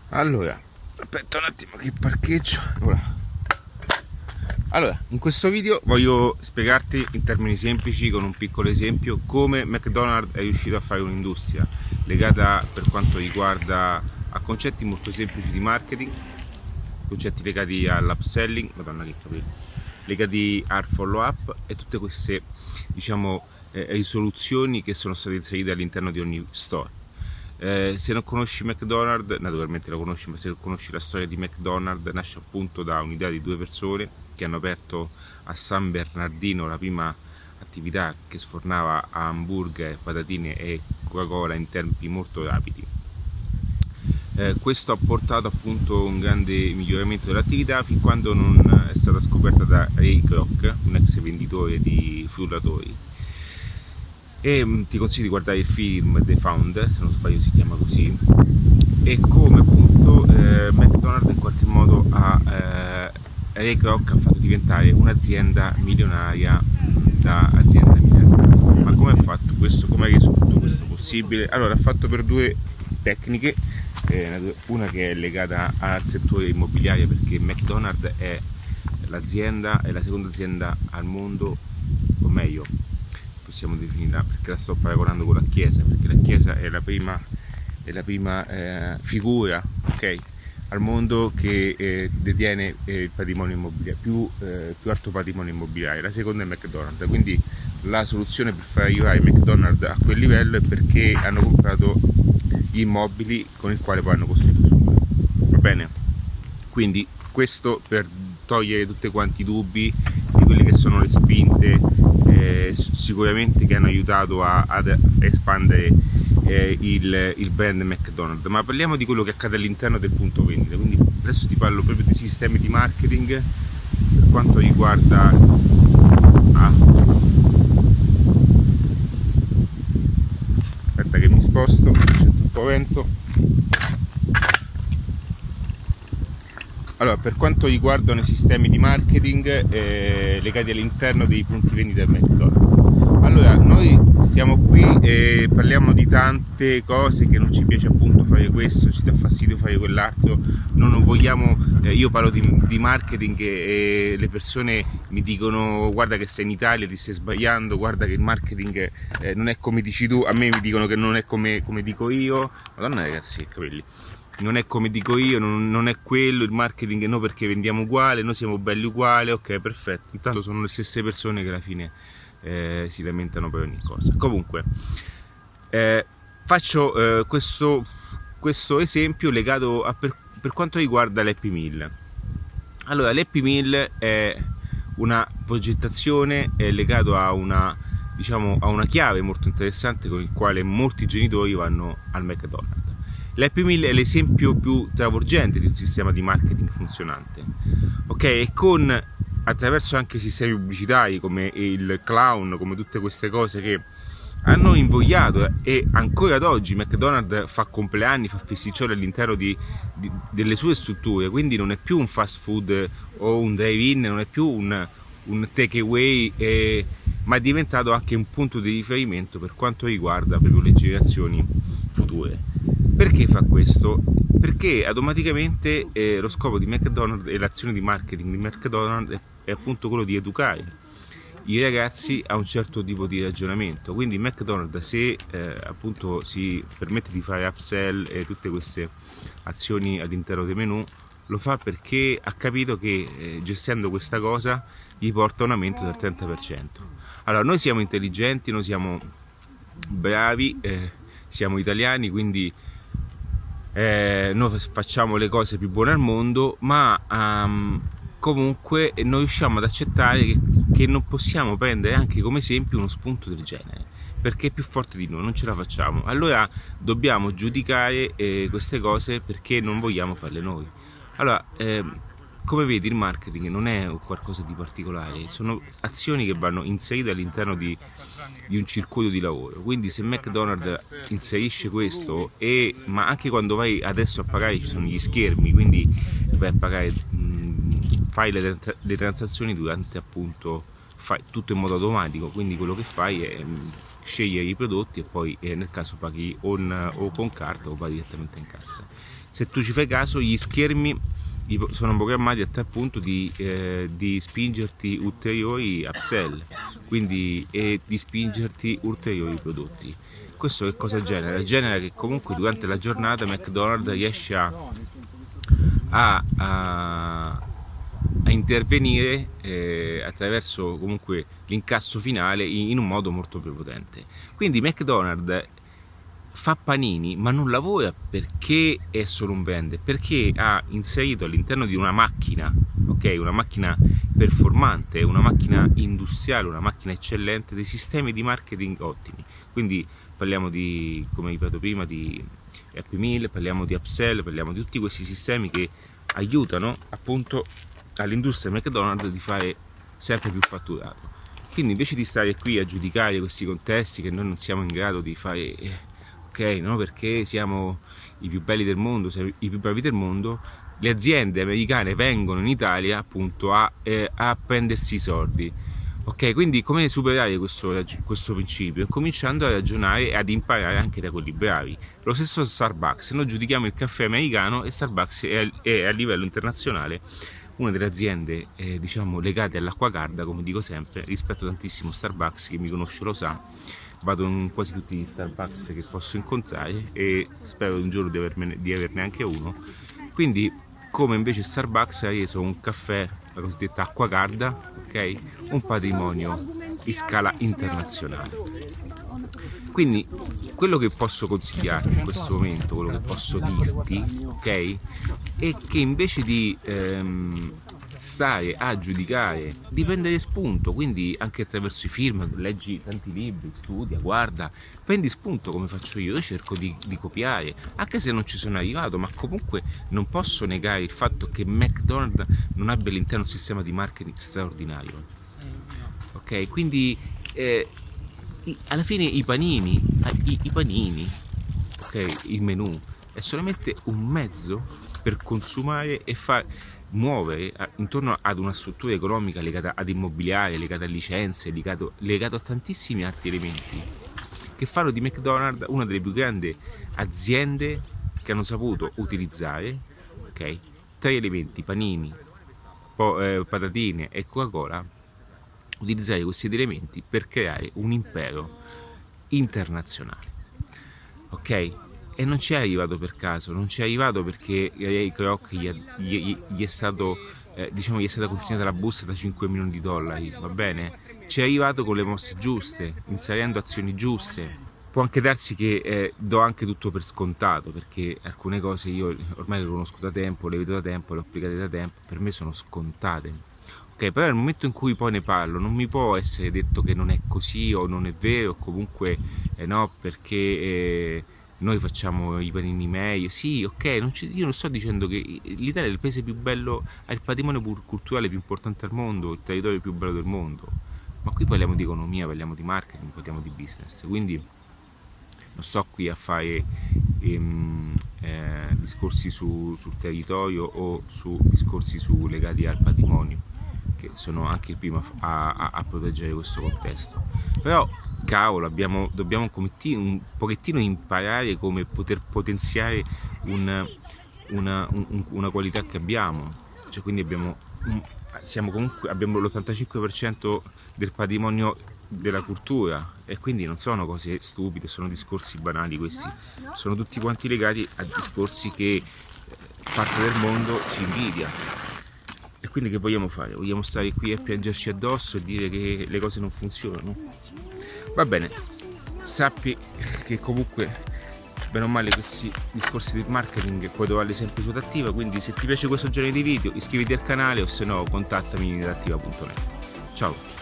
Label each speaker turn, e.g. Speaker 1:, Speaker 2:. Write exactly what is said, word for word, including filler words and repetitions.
Speaker 1: Allora, aspetta un attimo che parcheggio. Ora. Allora, in questo video voglio spiegarti in termini semplici, con un piccolo esempio, come McDonald's è riuscito a fare un'industria legata per quanto riguarda a concetti molto semplici di marketing, concetti legati all'upselling, madonna che capelli, legati al follow up e tutte queste, diciamo, eh, risoluzioni che sono state inserite all'interno di ogni store. Eh, se non conosci McDonald's, naturalmente lo conosci, ma se non conosci la storia di McDonald's, nasce appunto da un'idea di due persone che hanno aperto a San Bernardino la prima attività che sfornava hamburger, patatine e Coca-Cola in tempi molto rapidi. Eh, questo ha portato appunto un grande miglioramento dell'attività fin quando non è stata scoperta da Ray Kroc, un ex venditore di frullatori. E mh, ti consiglio di guardare il film The Founder, se non sbaglio si chiama così, e come appunto eh, McDonald's in qualche modo ha eh, Ray Kroc ha fatto diventare un'azienda milionaria da azienda miliardaria. Ma come ha fatto questo? Come ha reso tutto questo possibile? Allora, ha fatto per due tecniche, eh, una che è legata al settore immobiliare, perché McDonald's è l'azienda, è la seconda azienda al mondo, o meglio, possiamo definirla, perché la sto paragonando con la Chiesa, perché la Chiesa è la prima, è la prima eh, figura, ok, al mondo che eh, detiene eh, il patrimonio immobiliare, più, eh, più alto patrimonio immobiliare. La seconda è McDonald's, quindi la soluzione per far arrivare McDonald's a quel livello è perché hanno comprato gli immobili con il quale poi hanno costruito subito. Va bene? Quindi questo per togliere tutti quanti i dubbi di quelle che sono le spinte eh, sicuramente che hanno aiutato a, ad espandere eh, il, il brand McDonald's. Ma parliamo di quello che accade all'interno del punto vendita. Quindi adesso ti parlo proprio dei sistemi di marketing per quanto riguarda ah. aspetta che mi sposto, c'è troppo vento. Allora, per quanto riguardano i sistemi di marketing eh, legati all'interno dei punti vendita del McDonald's, allora noi stiamo qui e parliamo di tante cose che non ci piace appunto fare questo, ci dà fastidio fare quell'altro, non vogliamo, eh, io parlo di, di marketing e, e le persone mi dicono guarda che sei in Italia, ti stai sbagliando, guarda che il marketing eh, non è come dici tu, a me mi dicono che non è come, come dico io, madonna ragazzi, che capelli. Non è come dico io, non, non è quello, il marketing no perché vendiamo uguale, noi siamo belli uguali, ok perfetto, intanto sono le stesse persone che alla fine eh, si lamentano per ogni cosa. Comunque, eh, faccio eh, questo, questo esempio legato a per, per quanto riguarda l'Happy Meal. Allora, l'Happy Meal è una progettazione è legato a una, diciamo, a una chiave molto interessante con il quale molti genitori vanno al McDonald's. L'Happy Meal è l'esempio più travolgente di un sistema di marketing funzionante, ok? E con, attraverso anche sistemi pubblicitari come il clown, come tutte queste cose che hanno invogliato, e ancora ad oggi McDonald's fa compleanni, fa festiccioli all'interno di, di, delle sue strutture, quindi non è più un fast food o un drive-in, non è più un, un takeaway, eh, ma è diventato anche un punto di riferimento per quanto riguarda proprio le generazioni future. Perché fa questo? Perché automaticamente eh, lo scopo di McDonald's e l'azione di marketing di McDonald's è, è appunto quello di educare i ragazzi a un certo tipo di ragionamento. Quindi McDonald's, se eh, appunto si permette di fare upsell e tutte queste azioni all'interno dei menu, lo fa perché ha capito che eh, gestendo questa cosa gli porta un aumento del trenta per cento. Allora, noi siamo intelligenti, noi siamo bravi, eh, siamo italiani, quindi Eh, noi facciamo le cose più buone al mondo, ma um, comunque non riusciamo ad accettare che, che non possiamo prendere anche come esempio uno spunto del genere, perché è più forte di noi, non ce la facciamo. Allora dobbiamo giudicare eh, queste cose perché non vogliamo farle noi. Allora, eh, come vedi, il marketing non è qualcosa di particolare, sono azioni che vanno inserite all'interno di, di un circuito di lavoro. Quindi se McDonald's inserisce questo, e, ma anche quando vai adesso a pagare ci sono gli schermi, quindi vai a pagare, mh, fai le, le transazioni durante appunto, fai tutto in modo automatico, quindi quello che fai è mh, scegliere i prodotti e poi eh, nel caso paghi on, o con carta o vai direttamente in cassa. se tu ci fai caso, gli schermi sono programmati a tal punto di, eh, di spingerti ulteriori upsell, quindi e di spingerti ulteriori prodotti. Questo che cosa genera? Genera che comunque durante la giornata McDonald's riesce a, a, a, a intervenire eh, attraverso comunque l'incasso finale in, in un modo molto prepotente. Quindi McDonald's fa panini, ma non lavora perché è solo un brand, perché ha inserito all'interno di una macchina, ok, una macchina performante, una macchina industriale, una macchina eccellente, dei sistemi di marketing ottimi. Quindi parliamo di, come ripeto prima, di Happy Meal, parliamo di upsell, parliamo di tutti questi sistemi che aiutano appunto all'industria McDonald's di fare sempre più fatturato. Quindi invece di stare qui a giudicare questi contesti che noi non siamo in grado di fare, ok, no, perché siamo i più belli del mondo, siamo i più bravi del mondo, le aziende americane vengono in Italia appunto a, eh, a prendersi i soldi. Ok, quindi come superare questo, questo principio? Cominciando a ragionare e ad imparare anche da quelli bravi. Lo stesso Starbucks, noi giudichiamo il caffè americano e Starbucks è, è a livello internazionale una delle aziende eh, diciamo legate all'acqua calda, come dico sempre. Rispetto tantissimo Starbucks, chi mi conosce lo sa, vado in quasi tutti gli Starbucks che posso incontrare e spero un giorno di, avermene, di averne anche uno. Quindi come invece Starbucks ha reso un caffè, la cosiddetta acqua calda, ok, un patrimonio in scala internazionale. Quindi quello che posso consigliarti in questo momento, quello che posso dirti, ok, è che invece di ehm, stare a giudicare, di prendere spunto, quindi anche attraverso i film, leggi tanti libri, studia, guarda, prendi spunto come faccio io, io cerco di, di copiare, anche se non ci sono arrivato, ma comunque non posso negare il fatto che McDonald's non abbia all'interno un sistema di marketing straordinario, ok, quindi eh, alla fine i panini, i, i panini, ok, il menù è solamente un mezzo per consumare e far muovere intorno ad una struttura economica legata ad immobiliare, legata a licenze, legato, legato a tantissimi altri elementi che fanno di McDonald's una delle più grandi aziende che hanno saputo utilizzare, ok, tre elementi: panini, po, eh, patatine e Coca-Cola, utilizzare questi elementi per creare un impero internazionale, ok? E non ci è arrivato per caso, non ci è arrivato perché Ray Kroc gli, gli, gli è stato eh, diciamo gli è stata consegnata la busta da cinque milioni di dollari, va bene? Ci è arrivato con le mosse giuste, inserendo azioni giuste. Può anche darsi che eh, do anche tutto per scontato, perché alcune cose io ormai le conosco da tempo, le vedo da tempo, le ho applicate da tempo, per me sono scontate. Ok, però nel momento in cui poi ne parlo non mi può essere detto che non è così o non è vero, o comunque eh, no, perché eh, noi facciamo i panini meglio. Sì, ok, non ci, io non sto dicendo che l'Italia è il paese più bello, ha il patrimonio culturale più importante al mondo, il territorio più bello del mondo, ma qui parliamo di economia, parliamo di marketing, parliamo di business, quindi non sto qui a fare ehm, eh, discorsi su, sul territorio o su discorsi su, legati al patrimonio, che sono anche il primo a, a, a proteggere questo contesto. Però cavolo, abbiamo, dobbiamo un pochettino, un pochettino imparare come poter potenziare un, una, un, una qualità che abbiamo, cioè quindi abbiamo, un, siamo comunque, abbiamo l'ottantacinque per cento del patrimonio della cultura, e quindi non sono cose stupide, sono discorsi banali questi, sono tutti quanti legati a discorsi che parte del mondo ci invidia. E quindi che vogliamo fare? Vogliamo stare qui a piangerci addosso e dire che le cose non funzionano? Va bene, sappi che comunque bene o male questi discorsi di marketing puoi trovarli sempre su Adattiva, quindi se ti piace questo genere di video iscriviti al canale o se no contattami in adattiva punto net. Ciao!